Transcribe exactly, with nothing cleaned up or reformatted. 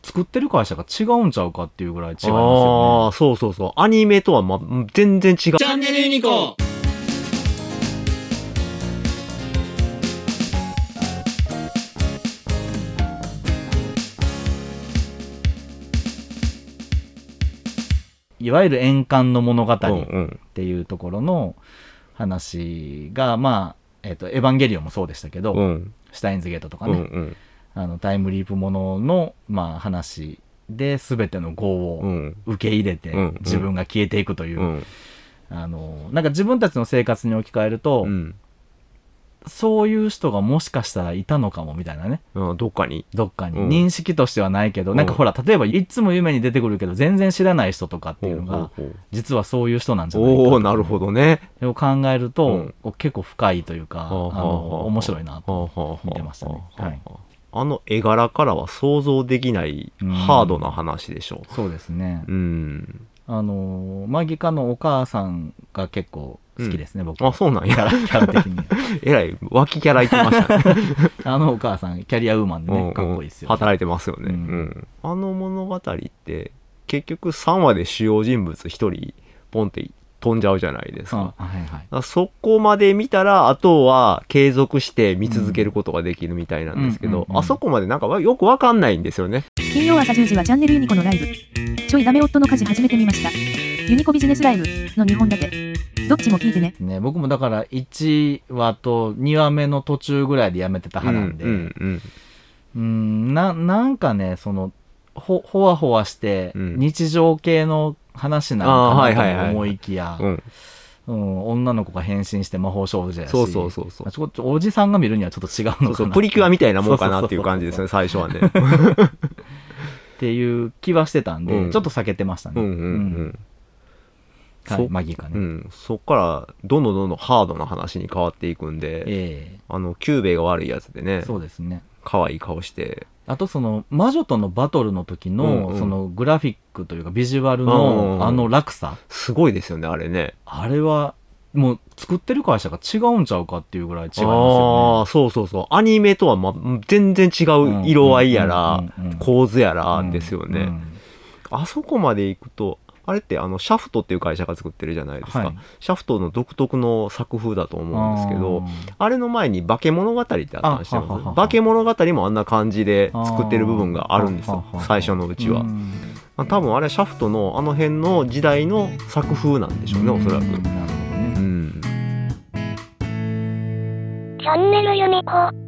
作ってる会社が違うんちゃうかっていうぐらい違いますよね。ああ、そうそうそう。アニメとは、ま、全然違う。チャンネルユニコ。 いわゆる円環の物語っていうところの話が、まあ、えっと、エヴァンゲリオンもそうでしたけど、うん、シュタインズゲートとかね、うんうん、あのタイムリープものの、まあ、話で全ての業を受け入れて、うん、自分が消えていくという、うん、あの、なんか自分たちの生活に置き換えると、うん、そういう人がもしかしたらいたのかもみたいなね、 うん、どっかにどっかに、うん、認識としてはないけど、なんかほら、例えばいつも夢に出てくるけど全然知らない人とかっていうのが、うん、実はそういう人なんじゃないかと。 おー、なるほどね。 を考えると、うん、結構深いというか、あの面白いなと見てましたね。はい、 あの絵柄からは想像できないハードな話でしょう。 うん、そうですね。 うん、 あのマギカのお母さんが結構好きですね、うん、僕。 あ、そうなんや。 キャラ、キャラ的に。 えらい、脇キャラいてましたね。 あのお母さん、キャリアウーマンでね、うんうん、かっこいいですよ、ね。 働いてますよね、うんうん。あの物語って、結局さんわで主要人物ひとり、ポンって飛んじゃうじゃないですか。 あ、はいはい、 そこまで見たら、あとは継続して見続けることができるみたいなんですけど、あそこまでなんかよくわかんないんですよね。 金曜朝じゅうじはチャンネルユニコのライブ。ちょいダメ夫の家事始めてみました。ユニコビジネスライブのにほん立て。どっちも聞いてね。 ね、僕もだからいちわとにわめの途中ぐらいでやめてた派なんで、うん、うんうん、な, なんかね、そのほほわほわして日常系の話なのかなと思いきや、女の子が変身して魔法少女やし、 そうそうそうそう、 ちょっとおじさんが見るにはちょっと違うのかな。そうそう、 プリキュアみたいなもんかなっていう感じですね、最初はね。 っていう気はしてたんで、うん、ちょっと避けてましたね。うんうんうん、はい、マギかね、 うん、そっからどんどんどんどんハードな話に変わっていくんで、えー、あのキューベイが悪いやつでね、 そうですね、 可愛い顔して、 あとその魔女とのバトルの時の、うんうん、そのグラフィックというかビジュアルのあの落差、 すごいですよね、あれね。 あれはもう作ってる会社が違うんちゃうかっていうぐらい違いますよね。 ああ、そうそうそう。アニメとは、ま、全然違う色合いやら構図やらですよね、うんうん。あそこまでいくと、あれってあのシャフトっていう会社が作ってるじゃないですか、はい、シャフトの独特の作風だと思うんですけど、 あ, あれの前に化け物語ってあったんですよ。化け物語もあんな感じで作ってる部分があるんですよ、最初のうちは。多分あれシャフトのあの辺の時代の作風なんでしょうね、おそらく。うん、 チャンネルユニコ。